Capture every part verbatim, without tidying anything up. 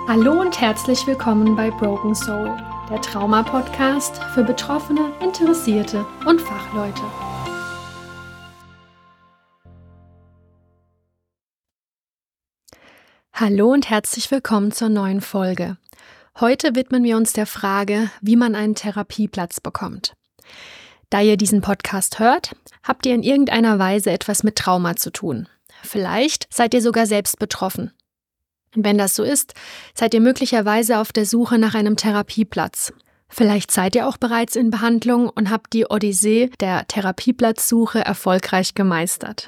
Hallo und herzlich willkommen bei Broken Soul, der Trauma-Podcast für Betroffene, Interessierte und Fachleute. Hallo und herzlich willkommen zur neuen Folge. Heute widmen wir uns der Frage, wie man einen Therapieplatz bekommt. Da ihr diesen Podcast hört, habt ihr in irgendeiner Weise etwas mit Trauma zu tun. Vielleicht seid ihr sogar selbst betroffen. Und wenn das so ist, seid ihr möglicherweise auf der Suche nach einem Therapieplatz. Vielleicht seid ihr auch bereits in Behandlung und habt die Odyssee der Therapieplatzsuche erfolgreich gemeistert.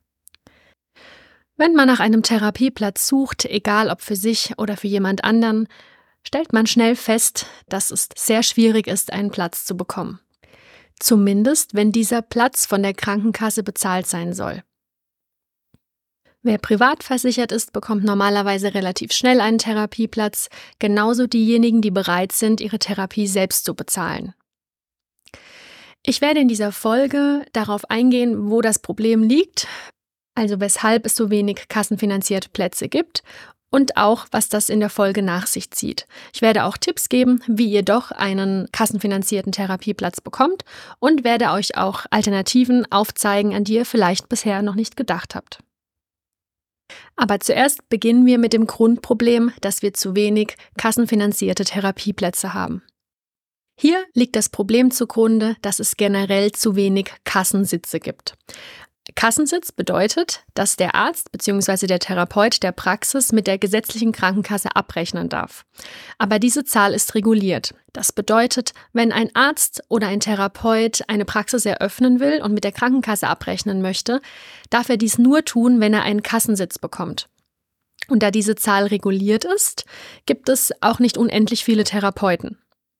Wenn man nach einem Therapieplatz sucht, egal ob für sich oder für jemand anderen, stellt man schnell fest, dass es sehr schwierig ist, einen Platz zu bekommen. Zumindest, wenn dieser Platz von der Krankenkasse bezahlt sein soll. Wer privat versichert ist, bekommt normalerweise relativ schnell einen Therapieplatz, genauso diejenigen, die bereit sind, ihre Therapie selbst zu bezahlen. Ich werde in dieser Folge darauf eingehen, wo das Problem liegt, also weshalb es so wenig kassenfinanzierte Plätze gibt und auch, was das in der Folge nach sich zieht. Ich werde auch Tipps geben, wie ihr doch einen kassenfinanzierten Therapieplatz bekommt und werde euch auch Alternativen aufzeigen, an die ihr vielleicht bisher noch nicht gedacht habt. Aber zuerst beginnen wir mit dem Grundproblem, dass wir zu wenig kassenfinanzierte Therapieplätze haben. Hier liegt das Problem zugrunde, dass es generell zu wenig Kassensitze gibt. Kassensitz bedeutet, dass der Arzt bzw. der Therapeut der Praxis mit der gesetzlichen Krankenkasse abrechnen darf. Aber diese Zahl ist reguliert. Das bedeutet, wenn ein Arzt oder ein Therapeut eine Praxis eröffnen will und mit der Krankenkasse abrechnen möchte, darf er dies nur tun, wenn er einen Kassensitz bekommt. Und da diese Zahl reguliert ist, gibt es auch nicht unendlich viele Therapeuten.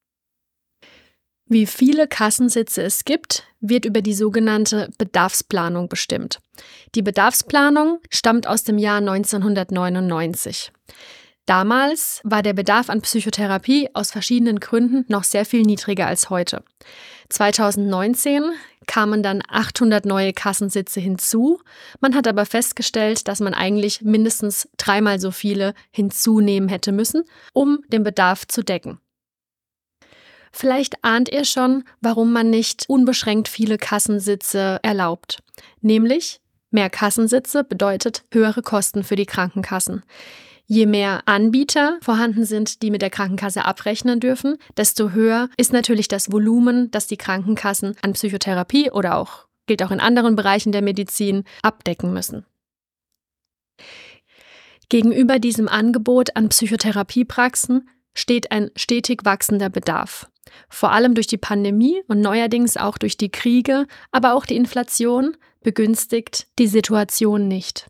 Wie viele Kassensitze es gibt, wird über die sogenannte Bedarfsplanung bestimmt. Die Bedarfsplanung stammt aus dem Jahr neunzehnhundertneunundneunzig. Damals war der Bedarf an Psychotherapie aus verschiedenen Gründen noch sehr viel niedriger als heute. zweitausendneunzehn kamen dann achthundert neue Kassensitze hinzu. Man hat aber festgestellt, dass man eigentlich mindestens dreimal so viele hinzunehmen hätte müssen, um den Bedarf zu decken. Vielleicht ahnt ihr schon, warum man nicht unbeschränkt viele Kassensitze erlaubt. Nämlich, mehr Kassensitze bedeutet höhere Kosten für die Krankenkassen. Je mehr Anbieter vorhanden sind, die mit der Krankenkasse abrechnen dürfen, desto höher ist natürlich das Volumen, das die Krankenkassen an Psychotherapie oder auch, gilt auch in anderen Bereichen der Medizin, abdecken müssen. Gegenüber diesem Angebot an Psychotherapiepraxen steht ein stetig wachsender Bedarf. Vor allem durch die Pandemie und neuerdings auch durch die Kriege, aber auch die Inflation begünstigt die Situation nicht.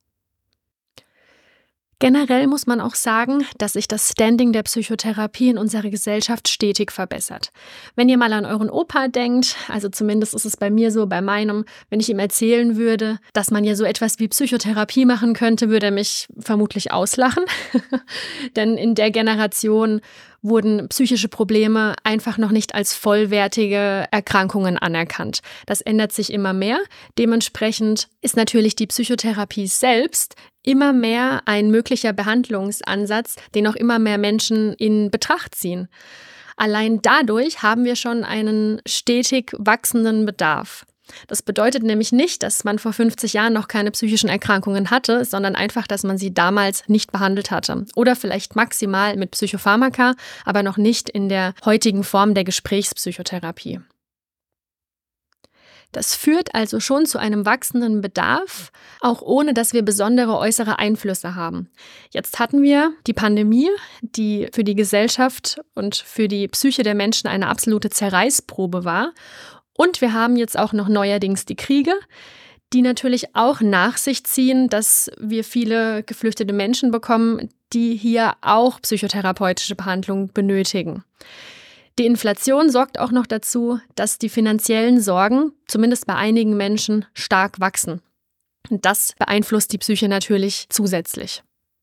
Generell muss man auch sagen, dass sich das Standing der Psychotherapie in unserer Gesellschaft stetig verbessert. Wenn ihr mal an euren Opa denkt, also zumindest ist es bei mir so, bei meinem, wenn ich ihm erzählen würde, dass man ja so etwas wie Psychotherapie machen könnte, würde er mich vermutlich auslachen. Denn in der Generation wurden psychische Probleme einfach noch nicht als vollwertige Erkrankungen anerkannt. Das ändert sich immer mehr. Dementsprechend ist natürlich die Psychotherapie selbst immer mehr ein möglicher Behandlungsansatz, den auch immer mehr Menschen in Betracht ziehen. Allein dadurch haben wir schon einen stetig wachsenden Bedarf. Das bedeutet nämlich nicht, dass man vor fünfzig Jahren noch keine psychischen Erkrankungen hatte, sondern einfach, dass man sie damals nicht behandelt hatte. Oder vielleicht maximal mit Psychopharmaka, aber noch nicht in der heutigen Form der Gesprächspsychotherapie. Das führt also schon zu einem wachsenden Bedarf, auch ohne dass wir besondere äußere Einflüsse haben. Jetzt hatten wir die Pandemie, die für die Gesellschaft und für die Psyche der Menschen eine absolute Zerreißprobe war. Und wir haben jetzt auch noch neuerdings die Kriege, die natürlich auch nach sich ziehen, dass wir viele geflüchtete Menschen bekommen, die hier auch psychotherapeutische Behandlung benötigen. Die Inflation sorgt auch noch dazu, dass die finanziellen Sorgen, zumindest bei einigen Menschen, stark wachsen. Und das beeinflusst die Psyche natürlich zusätzlich.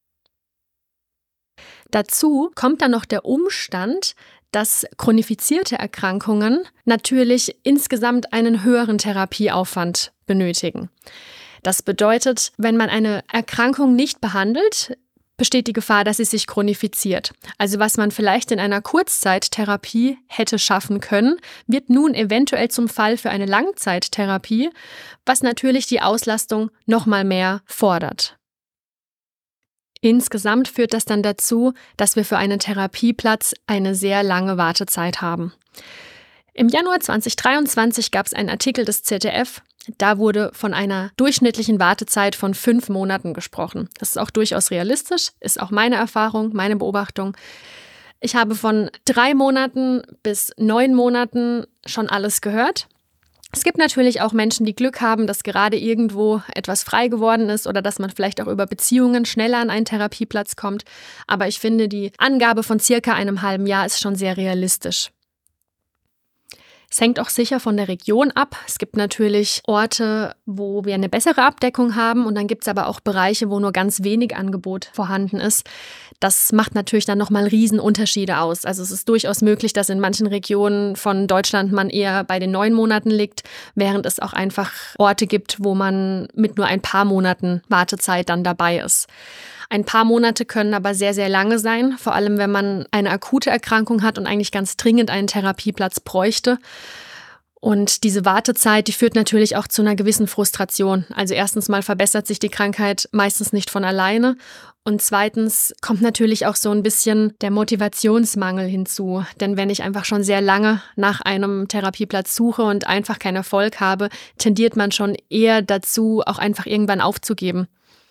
Dazu kommt dann noch der Umstand, dass chronifizierte Erkrankungen natürlich insgesamt einen höheren Therapieaufwand benötigen. Das bedeutet, wenn man eine Erkrankung nicht behandelt, besteht die Gefahr, dass sie sich chronifiziert. Also was man vielleicht in einer Kurzzeittherapie hätte schaffen können, wird nun eventuell zum Fall für eine Langzeittherapie, was natürlich die Auslastung nochmal mehr fordert. Insgesamt führt das dann dazu, dass wir für einen Therapieplatz eine sehr lange Wartezeit haben. Im Januar zweitausenddreiundzwanzig gab es einen Artikel des Z D F, da wurde von einer durchschnittlichen Wartezeit von fünf Monaten gesprochen. Das ist auch durchaus realistisch, ist auch meine Erfahrung, meine Beobachtung. Ich habe von drei Monaten bis neun Monaten schon alles gehört. Es gibt natürlich auch Menschen, die Glück haben, dass gerade irgendwo etwas frei geworden ist oder dass man vielleicht auch über Beziehungen schneller an einen Therapieplatz kommt. Aber ich finde, die Angabe von circa einem halben Jahr ist schon sehr realistisch. Es hängt auch sicher von der Region ab. Es gibt natürlich Orte, wo wir eine bessere Abdeckung haben und dann gibt es aber auch Bereiche, wo nur ganz wenig Angebot vorhanden ist. Das macht natürlich dann nochmal Riesenunterschiede aus. Also es ist durchaus möglich, dass in manchen Regionen von Deutschland man eher bei den neun Monaten liegt, während es auch einfach Orte gibt, wo man mit nur ein paar Monaten Wartezeit dann dabei ist. Ein paar Monate können aber sehr, sehr lange sein, vor allem wenn man eine akute Erkrankung hat und eigentlich ganz dringend einen Therapieplatz bräuchte. Und diese Wartezeit, die führt natürlich auch zu einer gewissen Frustration. Also erstens mal verbessert sich die Krankheit meistens nicht von alleine und zweitens kommt natürlich auch so ein bisschen der Motivationsmangel hinzu. Denn wenn ich einfach schon sehr lange nach einem Therapieplatz suche und einfach keinen Erfolg habe, tendiert man schon eher dazu, auch einfach irgendwann aufzugeben.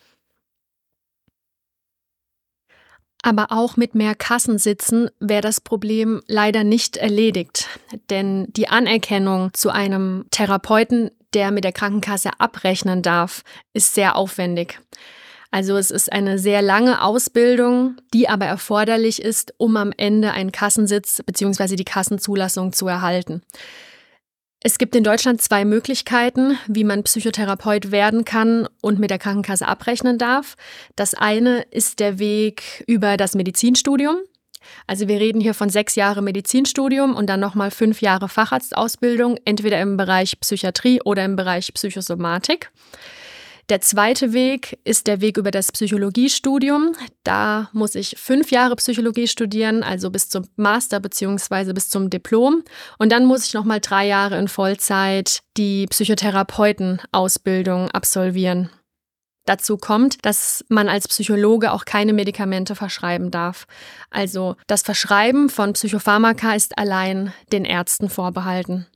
Aber auch mit mehr Kassensitzen wäre das Problem leider nicht erledigt. Denn die Anerkennung zu einem Therapeuten, der mit der Krankenkasse abrechnen darf, ist sehr aufwendig. Also es ist eine sehr lange Ausbildung, die aber erforderlich ist, um am Ende einen Kassensitz bzw. die Kassenzulassung zu erhalten. Es gibt in Deutschland zwei Möglichkeiten, wie man Psychotherapeut werden kann und mit der Krankenkasse abrechnen darf. Das eine ist der Weg über das Medizinstudium. Also wir reden hier von sechs Jahren Medizinstudium und dann nochmal fünf Jahre Facharztausbildung, entweder im Bereich Psychiatrie oder im Bereich Psychosomatik. Der zweite Weg ist der Weg über das Psychologiestudium. Da muss ich fünf Jahre Psychologie studieren, also bis zum Master bzw. bis zum Diplom. Und dann muss ich nochmal drei Jahre in Vollzeit die Psychotherapeutenausbildung absolvieren. Dazu kommt, dass man als Psychologe auch keine Medikamente verschreiben darf. Also das Verschreiben von Psychopharmaka ist allein den Ärzten vorbehalten.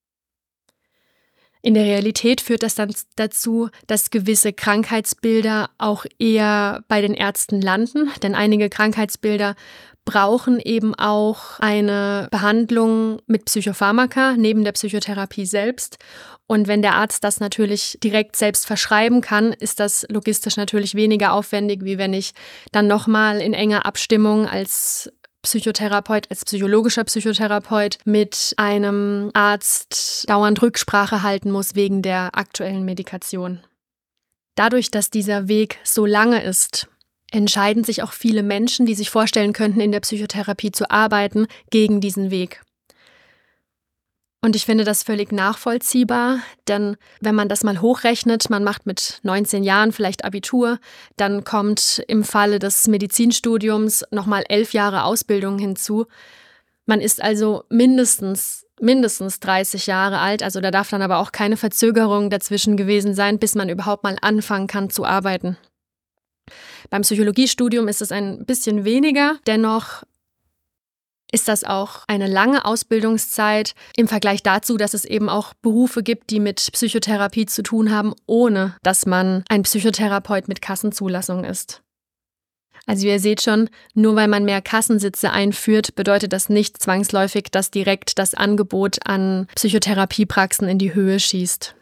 In der Realität führt das dann dazu, dass gewisse Krankheitsbilder auch eher bei den Ärzten landen, denn einige Krankheitsbilder brauchen eben auch eine Behandlung mit Psychopharmaka neben der Psychotherapie selbst. Und wenn der Arzt das natürlich direkt selbst verschreiben kann, ist das logistisch natürlich weniger aufwendig, wie wenn ich dann nochmal in enger Abstimmung als Psychotherapeut, als psychologischer Psychotherapeut mit einem Arzt dauernd Rücksprache halten muss wegen der aktuellen Medikation. Dadurch, dass dieser Weg so lange ist, entscheiden sich auch viele Menschen, die sich vorstellen könnten, in der Psychotherapie zu arbeiten, gegen diesen Weg. Und ich finde das völlig nachvollziehbar, denn wenn man das mal hochrechnet, man macht mit neunzehn Jahren vielleicht Abitur, dann kommt im Falle des Medizinstudiums nochmal elf Jahre Ausbildung hinzu. Man ist also mindestens, mindestens dreißig Jahre alt, also da darf dann aber auch keine Verzögerung dazwischen gewesen sein, bis man überhaupt mal anfangen kann zu arbeiten. Beim Psychologiestudium ist es ein bisschen weniger, dennoch ist das auch eine lange Ausbildungszeit im Vergleich dazu, dass es eben auch Berufe gibt, die mit Psychotherapie zu tun haben, ohne dass man ein Psychotherapeut mit Kassenzulassung ist. Also ihr seht schon, nur weil man mehr Kassensitze einführt, bedeutet das nicht zwangsläufig, dass direkt das Angebot an Psychotherapiepraxen in die Höhe schießt.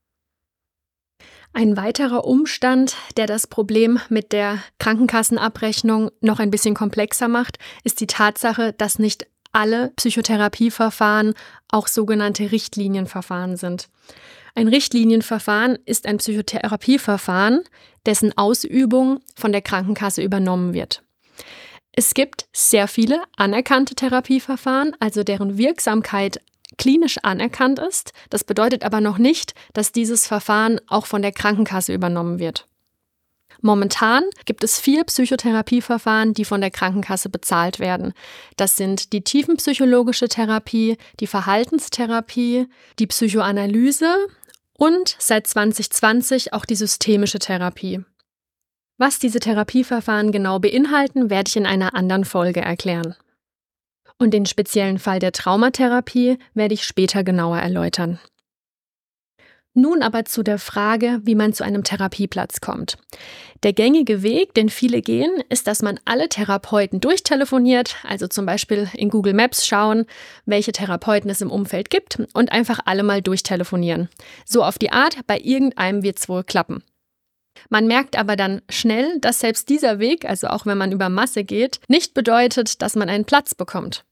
Ein weiterer Umstand, der das Problem mit der Krankenkassenabrechnung noch ein bisschen komplexer macht, ist die Tatsache, dass nicht alle Psychotherapieverfahren auch sogenannte Richtlinienverfahren sind. Ein Richtlinienverfahren ist ein Psychotherapieverfahren, dessen Ausübung von der Krankenkasse übernommen wird. Es gibt sehr viele anerkannte Therapieverfahren, also deren Wirksamkeit klinisch anerkannt ist. Das bedeutet aber noch nicht, dass dieses Verfahren auch von der Krankenkasse übernommen wird. Momentan gibt es vier Psychotherapieverfahren, die von der Krankenkasse bezahlt werden. Das sind die tiefenpsychologische Therapie, die Verhaltenstherapie, die Psychoanalyse und seit zwanzig zwanzig auch die systemische Therapie. Was diese Therapieverfahren genau beinhalten, werde ich in einer anderen Folge erklären. Und den speziellen Fall der Traumatherapie werde ich später genauer erläutern. Nun aber zu der Frage, wie man zu einem Therapieplatz kommt. Der gängige Weg, den viele gehen, ist, dass man alle Therapeuten durchtelefoniert, also zum Beispiel in Google Maps schauen, welche Therapeuten es im Umfeld gibt und einfach alle mal durchtelefonieren. So auf die Art, bei irgendeinem wird es wohl klappen. Man merkt aber dann schnell, dass selbst dieser Weg, also auch wenn man über Masse geht, nicht bedeutet, dass man einen Platz bekommt.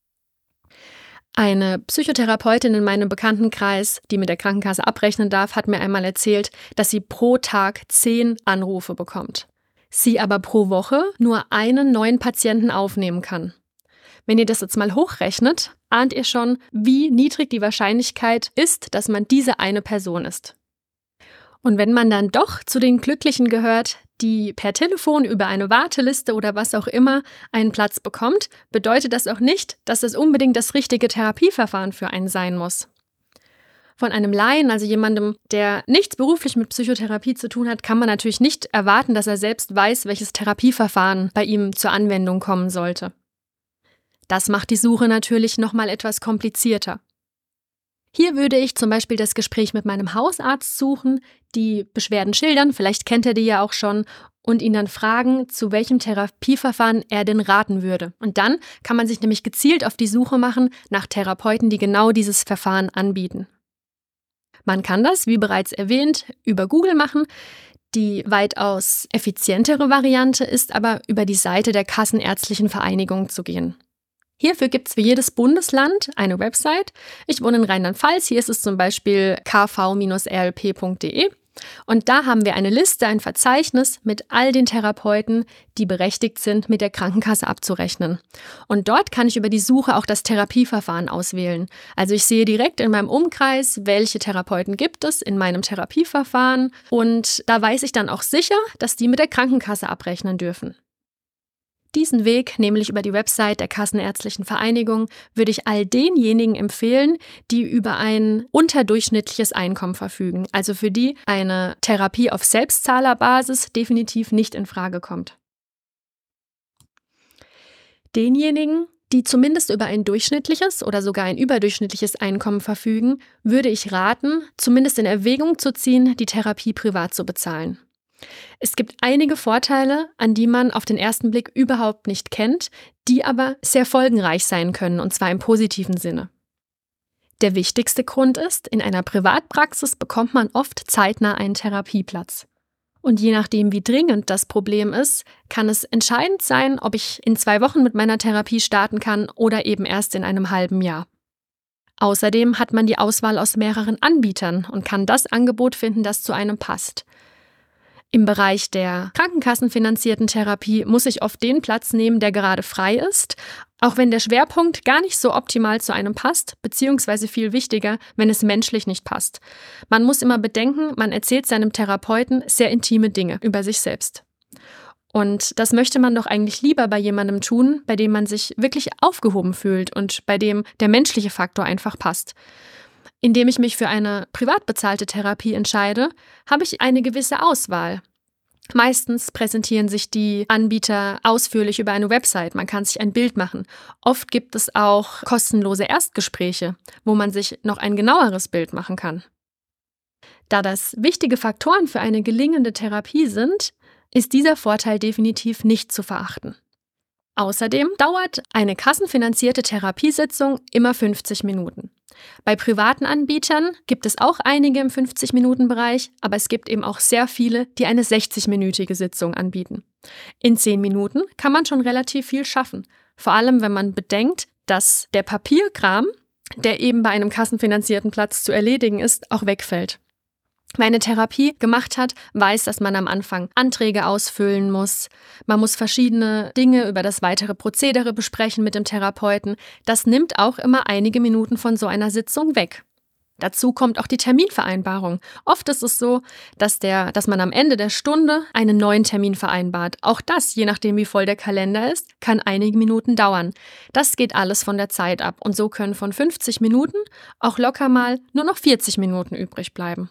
Eine Psychotherapeutin in meinem Bekanntenkreis, die mit der Krankenkasse abrechnen darf, hat mir einmal erzählt, dass sie pro Tag zehn Anrufe bekommt. Sie aber pro Woche nur einen neuen Patienten aufnehmen kann. Wenn ihr das jetzt mal hochrechnet, ahnt ihr schon, wie niedrig die Wahrscheinlichkeit ist, dass man diese eine Person ist. Und wenn man dann doch zu den Glücklichen gehört, die per Telefon über eine Warteliste oder was auch immer einen Platz bekommt, bedeutet das auch nicht, dass es unbedingt das richtige Therapieverfahren für einen sein muss. Von einem Laien, also jemandem, der nichts beruflich mit Psychotherapie zu tun hat, kann man natürlich nicht erwarten, dass er selbst weiß, welches Therapieverfahren bei ihm zur Anwendung kommen sollte. Das macht die Suche natürlich nochmal etwas komplizierter. Hier würde ich zum Beispiel das Gespräch mit meinem Hausarzt suchen, die Beschwerden schildern, vielleicht kennt er die ja auch schon, und ihn dann fragen, zu welchem Therapieverfahren er denn raten würde. Und dann kann man sich nämlich gezielt auf die Suche machen nach Therapeuten, die genau dieses Verfahren anbieten. Man kann das, wie bereits erwähnt, über Google machen. Die weitaus effizientere Variante ist aber, über die Seite der Kassenärztlichen Vereinigung zu gehen. Hierfür gibt es für jedes Bundesland eine Website. Ich wohne in Rheinland-Pfalz, hier ist es zum Beispiel k v Bindestrich r l p punkt d e und da haben wir eine Liste, ein Verzeichnis mit all den Therapeuten, die berechtigt sind, mit der Krankenkasse abzurechnen. Und dort kann ich über die Suche auch das Therapieverfahren auswählen. Also ich sehe direkt in meinem Umkreis, welche Therapeuten gibt es in meinem Therapieverfahren und da weiß ich dann auch sicher, dass die mit der Krankenkasse abrechnen dürfen. Diesen Weg, nämlich über die Website der Kassenärztlichen Vereinigung, würde ich all denjenigen empfehlen, die über ein unterdurchschnittliches Einkommen verfügen, also für die eine Therapie auf Selbstzahlerbasis definitiv nicht in Frage kommt. Denjenigen, die zumindest über ein durchschnittliches oder sogar ein überdurchschnittliches Einkommen verfügen, würde ich raten, zumindest in Erwägung zu ziehen, die Therapie privat zu bezahlen. Es gibt einige Vorteile, an die man auf den ersten Blick überhaupt nicht kennt, die aber sehr folgenreich sein können, und zwar im positiven Sinne. Der wichtigste Grund ist, in einer Privatpraxis bekommt man oft zeitnah einen Therapieplatz. Und je nachdem, wie dringend das Problem ist, kann es entscheidend sein, ob ich in zwei Wochen mit meiner Therapie starten kann oder eben erst in einem halben Jahr. Außerdem hat man die Auswahl aus mehreren Anbietern und kann das Angebot finden, das zu einem passt. Im Bereich der krankenkassenfinanzierten Therapie muss ich oft den Platz nehmen, der gerade frei ist, auch wenn der Schwerpunkt gar nicht so optimal zu einem passt, beziehungsweise viel wichtiger, wenn es menschlich nicht passt. Man muss immer bedenken, man erzählt seinem Therapeuten sehr intime Dinge über sich selbst. Und das möchte man doch eigentlich lieber bei jemandem tun, bei dem man sich wirklich aufgehoben fühlt und bei dem der menschliche Faktor einfach passt. Indem ich mich für eine privat bezahlte Therapie entscheide, habe ich eine gewisse Auswahl. Meistens präsentieren sich die Anbieter ausführlich über eine Website, man kann sich ein Bild machen. Oft gibt es auch kostenlose Erstgespräche, wo man sich noch ein genaueres Bild machen kann. Da das wichtige Faktoren für eine gelingende Therapie sind, ist dieser Vorteil definitiv nicht zu verachten. Außerdem dauert eine kassenfinanzierte Therapiesitzung immer fünfzig Minuten. Bei privaten Anbietern gibt es auch einige im fünfzig-Minuten-Bereich, aber es gibt eben auch sehr viele, die eine sechzig-minütige Sitzung anbieten. In zehn Minuten kann man schon relativ viel schaffen, vor allem wenn man bedenkt, dass der Papierkram, der eben bei einem kassenfinanzierten Platz zu erledigen ist, auch wegfällt. Wer eine Therapie gemacht hat, weiß, dass man am Anfang Anträge ausfüllen muss. Man muss verschiedene Dinge über das weitere Prozedere besprechen mit dem Therapeuten. Das nimmt auch immer einige Minuten von so einer Sitzung weg. Dazu kommt auch die Terminvereinbarung. Oft ist es so, dass, der, dass man am Ende der Stunde einen neuen Termin vereinbart. Auch das, je nachdem wie voll der Kalender ist, kann einige Minuten dauern. Das geht alles von der Zeit ab und so können von fünfzig Minuten auch locker mal nur noch vierzig Minuten übrig bleiben.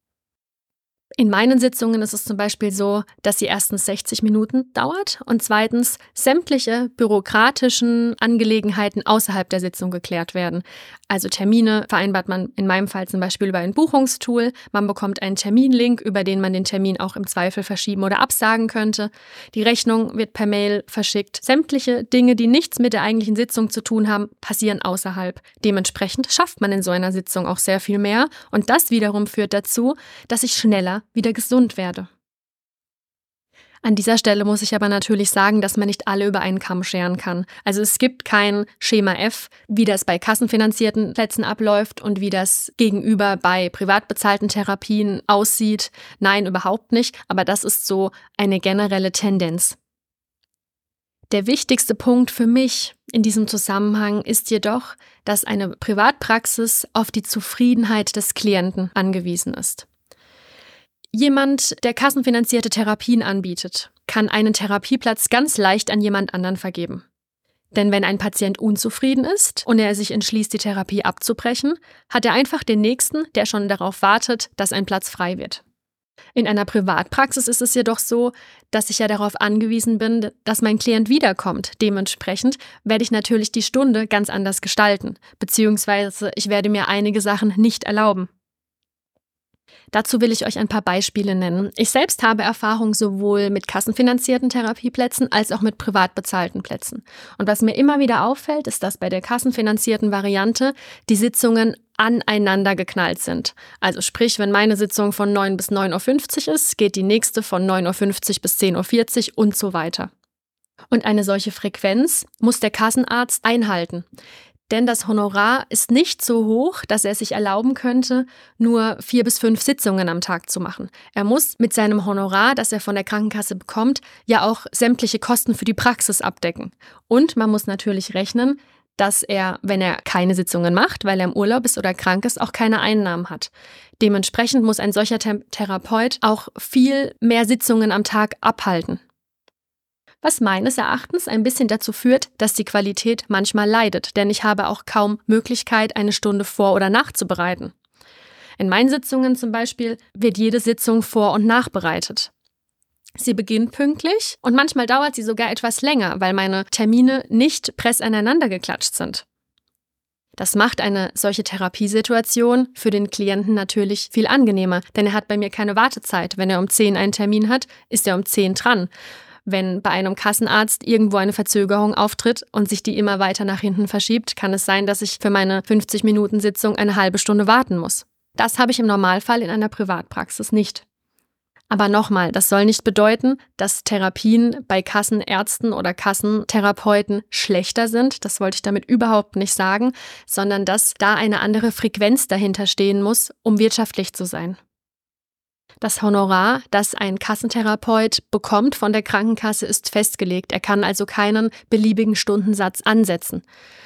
In meinen Sitzungen ist es zum Beispiel so, dass sie erstens sechzig Minuten dauert und zweitens sämtliche bürokratischen Angelegenheiten außerhalb der Sitzung geklärt werden. Also Termine vereinbart man in meinem Fall zum Beispiel über ein Buchungstool. Man bekommt einen Terminlink, über den man den Termin auch im Zweifel verschieben oder absagen könnte. Die Rechnung wird per Mail verschickt. Sämtliche Dinge, die nichts mit der eigentlichen Sitzung zu tun haben, passieren außerhalb. Dementsprechend schafft man in so einer Sitzung auch sehr viel mehr und das wiederum führt dazu, dass ich schneller wieder gesund werde. An dieser Stelle muss ich aber natürlich sagen, dass man nicht alle über einen Kamm scheren kann. Also es gibt kein Schema F, wie das bei kassenfinanzierten Plätzen abläuft und wie das gegenüber bei privat bezahlten Therapien aussieht. Nein, überhaupt nicht, aber das ist so eine generelle Tendenz. Der wichtigste Punkt für mich in diesem Zusammenhang ist jedoch, dass eine Privatpraxis auf die Zufriedenheit des Klienten angewiesen ist. Jemand, der kassenfinanzierte Therapien anbietet, kann einen Therapieplatz ganz leicht an jemand anderen vergeben. Denn wenn ein Patient unzufrieden ist und er sich entschließt, die Therapie abzubrechen, hat er einfach den Nächsten, der schon darauf wartet, dass ein Platz frei wird. In einer Privatpraxis ist es jedoch so, dass ich ja darauf angewiesen bin, dass mein Klient wiederkommt. Dementsprechend werde ich natürlich die Stunde ganz anders gestalten, beziehungsweise ich werde mir einige Sachen nicht erlauben. Dazu will ich euch ein paar Beispiele nennen. Ich selbst habe Erfahrung sowohl mit kassenfinanzierten Therapieplätzen als auch mit privat bezahlten Plätzen. Und was mir immer wieder auffällt, ist, dass bei der kassenfinanzierten Variante die Sitzungen aneinander geknallt sind. Also sprich, wenn meine Sitzung von neun bis neun Uhr fünfzig ist, geht die nächste von neun Uhr fünfzig bis zehn Uhr vierzig und so weiter. Und eine solche Frequenz muss der Kassenarzt einhalten. Denn das Honorar ist nicht so hoch, dass er sich erlauben könnte, nur vier bis fünf Sitzungen am Tag zu machen. Er muss mit seinem Honorar, das er von der Krankenkasse bekommt, ja auch sämtliche Kosten für die Praxis abdecken. Und man muss natürlich rechnen, dass er, wenn er keine Sitzungen macht, weil er im Urlaub ist oder krank ist, auch keine Einnahmen hat. Dementsprechend muss ein solcher Therapeut auch viel mehr Sitzungen am Tag abhalten. Was meines Erachtens ein bisschen dazu führt, dass die Qualität manchmal leidet, denn ich habe auch kaum Möglichkeit, eine Stunde vor- oder nachzubereiten. In meinen Sitzungen zum Beispiel wird jede Sitzung vor- und nachbereitet. Sie beginnt pünktlich und manchmal dauert sie sogar etwas länger, weil meine Termine nicht press aneinander geklatscht sind. Das macht eine solche Therapiesituation für den Klienten natürlich viel angenehmer, denn er hat bei mir keine Wartezeit. Wenn er um zehn einen Termin hat, ist er um zehn dran. Wenn bei einem Kassenarzt irgendwo eine Verzögerung auftritt und sich die immer weiter nach hinten verschiebt, kann es sein, dass ich für meine fünfzig-Minuten-Sitzung eine halbe Stunde warten muss. Das habe ich im Normalfall in einer Privatpraxis nicht. Aber nochmal, das soll nicht bedeuten, dass Therapien bei Kassenärzten oder Kassentherapeuten schlechter sind. Das wollte ich damit überhaupt nicht sagen, sondern dass da eine andere Frequenz dahinter stehen muss, um wirtschaftlich zu sein. Das Honorar, das ein Kassentherapeut bekommt von der Krankenkasse, ist festgelegt. Er kann also keinen beliebigen Stundensatz ansetzen.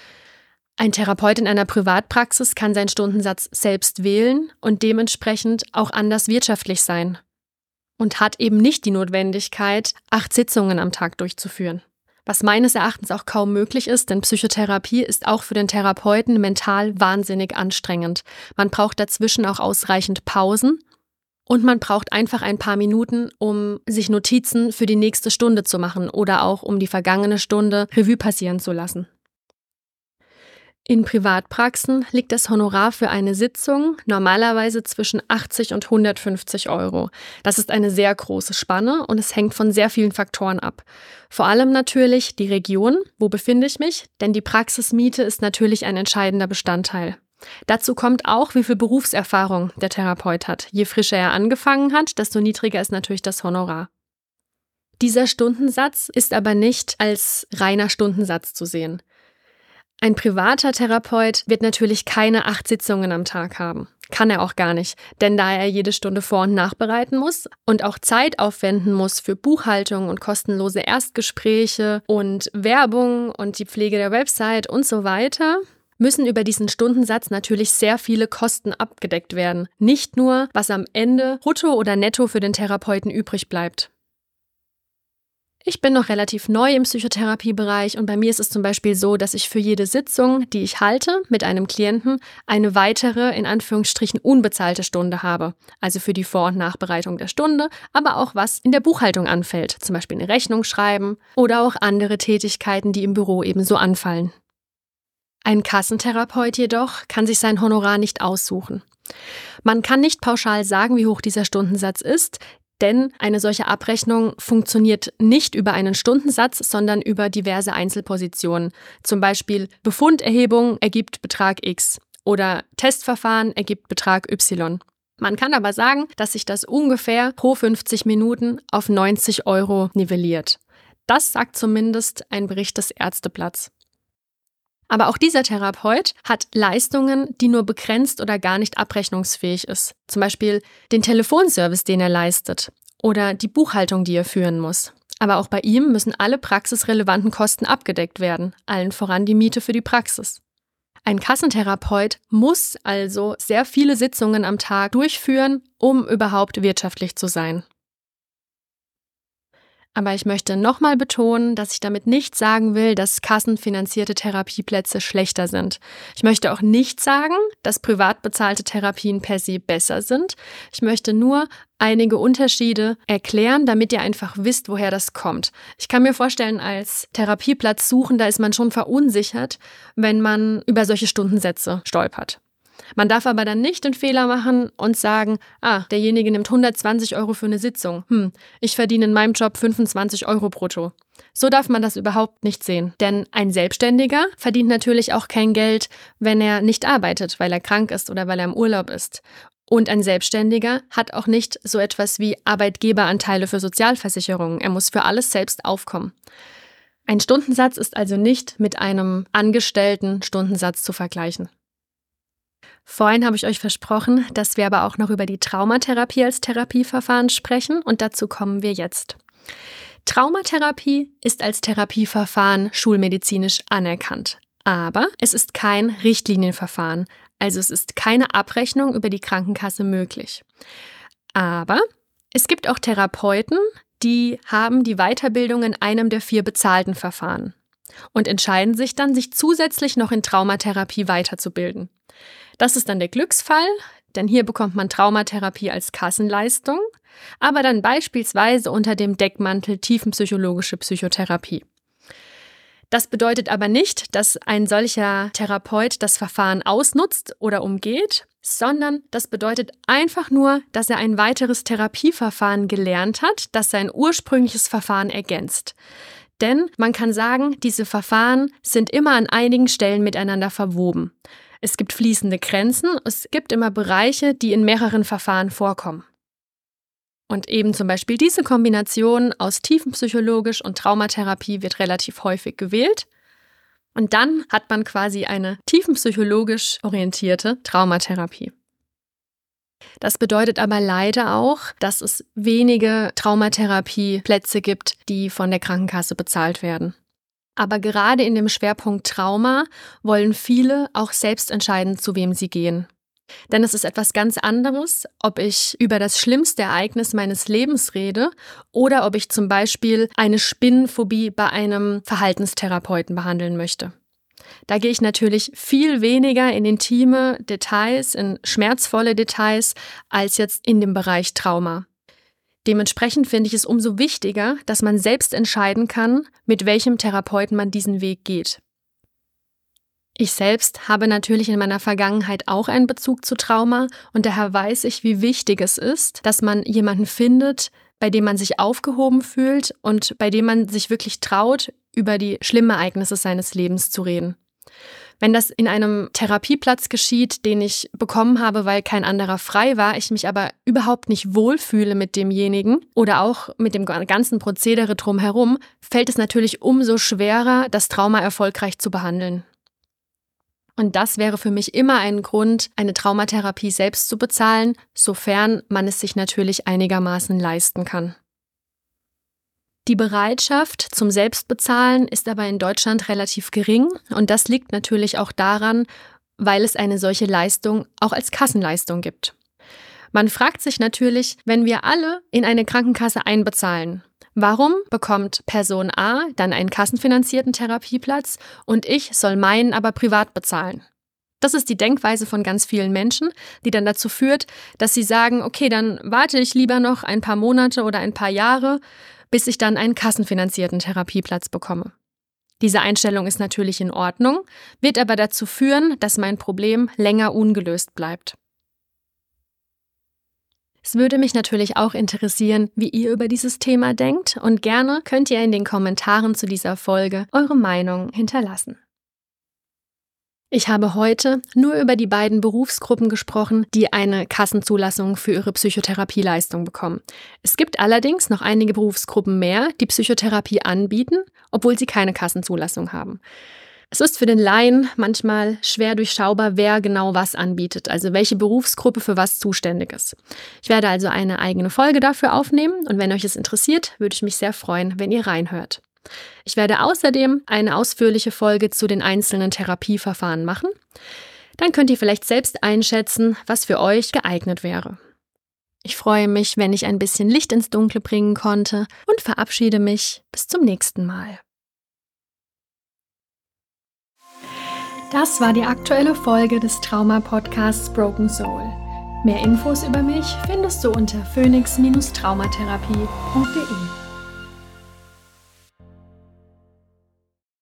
Ein Therapeut in einer Privatpraxis kann seinen Stundensatz selbst wählen und dementsprechend auch anders wirtschaftlich sein und hat eben nicht die Notwendigkeit, acht Sitzungen am Tag durchzuführen. Was meines Erachtens auch kaum möglich ist, denn Psychotherapie ist auch für den Therapeuten mental wahnsinnig anstrengend. Man braucht dazwischen auch ausreichend Pausen. Und man braucht einfach ein paar Minuten, um sich Notizen für die nächste Stunde zu machen oder auch um die vergangene Stunde Revue passieren zu lassen. In Privatpraxen liegt das Honorar für eine Sitzung normalerweise zwischen achtzig und hundertfünfzig Euro. Das ist eine sehr große Spanne und es hängt von sehr vielen Faktoren ab. Vor allem natürlich die Region, wo befinde ich mich, denn die Praxismiete ist natürlich ein entscheidender Bestandteil. Dazu kommt auch, wie viel Berufserfahrung der Therapeut hat. Je frischer er angefangen hat, desto niedriger ist natürlich das Honorar. Dieser Stundensatz ist aber nicht als reiner Stundensatz zu sehen. Ein privater Therapeut wird natürlich keine acht Sitzungen am Tag haben. Kann er auch gar nicht, denn da er jede Stunde vor- und nachbereiten muss und auch Zeit aufwenden muss für Buchhaltung und kostenlose Erstgespräche und Werbung und die Pflege der Website und so weiter, müssen über diesen Stundensatz natürlich sehr viele Kosten abgedeckt werden. Nicht nur, was am Ende brutto oder netto für den Therapeuten übrig bleibt. Ich bin noch relativ neu im Psychotherapiebereich und bei mir ist es zum Beispiel so, dass ich für jede Sitzung, die ich halte mit einem Klienten, eine weitere, in Anführungsstrichen, unbezahlte Stunde habe. Also für die Vor- und Nachbereitung der Stunde, aber auch was in der Buchhaltung anfällt, zum Beispiel eine Rechnung schreiben oder auch andere Tätigkeiten, die im Büro ebenso anfallen. Ein Kassentherapeut jedoch kann sich sein Honorar nicht aussuchen. Man kann nicht pauschal sagen, wie hoch dieser Stundensatz ist, denn eine solche Abrechnung funktioniert nicht über einen Stundensatz, sondern über diverse Einzelpositionen. Zum Beispiel Befunderhebung ergibt Betrag X oder Testverfahren ergibt Betrag Y. Man kann aber sagen, dass sich das ungefähr pro fünfzig Minuten auf neunzig Euro nivelliert. Das sagt zumindest ein Bericht des Ärzteblatts. Aber auch dieser Therapeut hat Leistungen, die nur begrenzt oder gar nicht abrechnungsfähig ist. Zum Beispiel den Telefonservice, den er leistet, oder die Buchhaltung, die er führen muss. Aber auch bei ihm müssen alle praxisrelevanten Kosten abgedeckt werden, allen voran die Miete für die Praxis. Ein Kassentherapeut muss also sehr viele Sitzungen am Tag durchführen, um überhaupt wirtschaftlich zu sein. Aber ich möchte nochmal betonen, dass ich damit nicht sagen will, dass kassenfinanzierte Therapieplätze schlechter sind. Ich möchte auch nicht sagen, dass privat bezahlte Therapien per se besser sind. Ich möchte nur einige Unterschiede erklären, damit ihr einfach wisst, woher das kommt. Ich kann mir vorstellen, als Therapieplatzsuchender ist man schon verunsichert, wenn man über solche Stundensätze stolpert. Man darf aber dann nicht den Fehler machen und sagen, ah, derjenige nimmt hundertzwanzig Euro für eine Sitzung. Hm, ich verdiene in meinem Job fünfundzwanzig Euro brutto. So darf man das überhaupt nicht sehen. Denn ein Selbstständiger verdient natürlich auch kein Geld, wenn er nicht arbeitet, weil er krank ist oder weil er im Urlaub ist. Und ein Selbstständiger hat auch nicht so etwas wie Arbeitgeberanteile für Sozialversicherungen. Er muss für alles selbst aufkommen. Ein Stundensatz ist also nicht mit einem angestellten Stundensatz zu vergleichen. Vorhin habe ich euch versprochen, dass wir aber auch noch über die Traumatherapie als Therapieverfahren sprechen und dazu kommen wir jetzt. Traumatherapie ist als Therapieverfahren schulmedizinisch anerkannt, aber es ist kein Richtlinienverfahren, also es ist keine Abrechnung über die Krankenkasse möglich. Aber es gibt auch Therapeuten, die haben die Weiterbildung in einem der vier bezahlten Verfahren und entscheiden sich dann, sich zusätzlich noch in Traumatherapie weiterzubilden. Das ist dann der Glücksfall, denn hier bekommt man Traumatherapie als Kassenleistung, aber dann beispielsweise unter dem Deckmantel tiefenpsychologische Psychotherapie. Das bedeutet aber nicht, dass ein solcher Therapeut das Verfahren ausnutzt oder umgeht, sondern das bedeutet einfach nur, dass er ein weiteres Therapieverfahren gelernt hat, das sein ursprüngliches Verfahren ergänzt. Denn man kann sagen, diese Verfahren sind immer an einigen Stellen miteinander verwoben. Es gibt fließende Grenzen, es gibt immer Bereiche, die in mehreren Verfahren vorkommen. Und eben zum Beispiel diese Kombination aus tiefenpsychologisch und Traumatherapie wird relativ häufig gewählt. Und dann hat man quasi eine tiefenpsychologisch orientierte Traumatherapie. Das bedeutet aber leider auch, dass es wenige Traumatherapieplätze gibt, die von der Krankenkasse bezahlt werden. Aber gerade in dem Schwerpunkt Trauma wollen viele auch selbst entscheiden, zu wem sie gehen. Denn es ist etwas ganz anderes, ob ich über das schlimmste Ereignis meines Lebens rede oder ob ich zum Beispiel eine Spinnenphobie bei einem Verhaltenstherapeuten behandeln möchte. Da gehe ich natürlich viel weniger in intime Details, in schmerzvolle Details, als jetzt in dem Bereich Trauma. Dementsprechend finde ich es umso wichtiger, dass man selbst entscheiden kann, mit welchem Therapeuten man diesen Weg geht. Ich selbst habe natürlich in meiner Vergangenheit auch einen Bezug zu Trauma und daher weiß ich, wie wichtig es ist, dass man jemanden findet, bei dem man sich aufgehoben fühlt und bei dem man sich wirklich traut, über die schlimmen Ereignisse seines Lebens zu reden. Wenn das in einem Therapieplatz geschieht, den ich bekommen habe, weil kein anderer frei war, ich mich aber überhaupt nicht wohlfühle mit demjenigen oder auch mit dem ganzen Prozedere drumherum, fällt es natürlich umso schwerer, das Trauma erfolgreich zu behandeln. Und das wäre für mich immer ein Grund, eine Traumatherapie selbst zu bezahlen, sofern man es sich natürlich einigermaßen leisten kann. Die Bereitschaft zum Selbstbezahlen ist aber in Deutschland relativ gering und das liegt natürlich auch daran, weil es eine solche Leistung auch als Kassenleistung gibt. Man fragt sich natürlich, wenn wir alle in eine Krankenkasse einbezahlen, warum bekommt Person A dann einen kassenfinanzierten Therapieplatz und ich soll meinen aber privat bezahlen? Das ist die Denkweise von ganz vielen Menschen, die dann dazu führt, dass sie sagen, okay, dann warte ich lieber noch ein paar Monate oder ein paar Jahre, bis ich dann einen kassenfinanzierten Therapieplatz bekomme. Diese Einstellung ist natürlich in Ordnung, wird aber dazu führen, dass mein Problem länger ungelöst bleibt. Es würde mich natürlich auch interessieren, wie ihr über dieses Thema denkt und gerne könnt ihr in den Kommentaren zu dieser Folge eure Meinung hinterlassen. Ich habe heute nur über die beiden Berufsgruppen gesprochen, die eine Kassenzulassung für ihre Psychotherapieleistung bekommen. Es gibt allerdings noch einige Berufsgruppen mehr, die Psychotherapie anbieten, obwohl sie keine Kassenzulassung haben. Es ist für den Laien manchmal schwer durchschaubar, wer genau was anbietet, also welche Berufsgruppe für was zuständig ist. Ich werde also eine eigene Folge dafür aufnehmen und wenn euch es interessiert, würde ich mich sehr freuen, wenn ihr reinhört. Ich werde außerdem eine ausführliche Folge zu den einzelnen Therapieverfahren machen. Dann könnt ihr vielleicht selbst einschätzen, was für euch geeignet wäre. Ich freue mich, wenn ich ein bisschen Licht ins Dunkle bringen konnte und verabschiede mich bis zum nächsten Mal. Das war die aktuelle Folge des Trauma-Podcasts Broken Soul. Mehr Infos über mich findest du unter phoenix Bindestrich traumatherapie punkt de.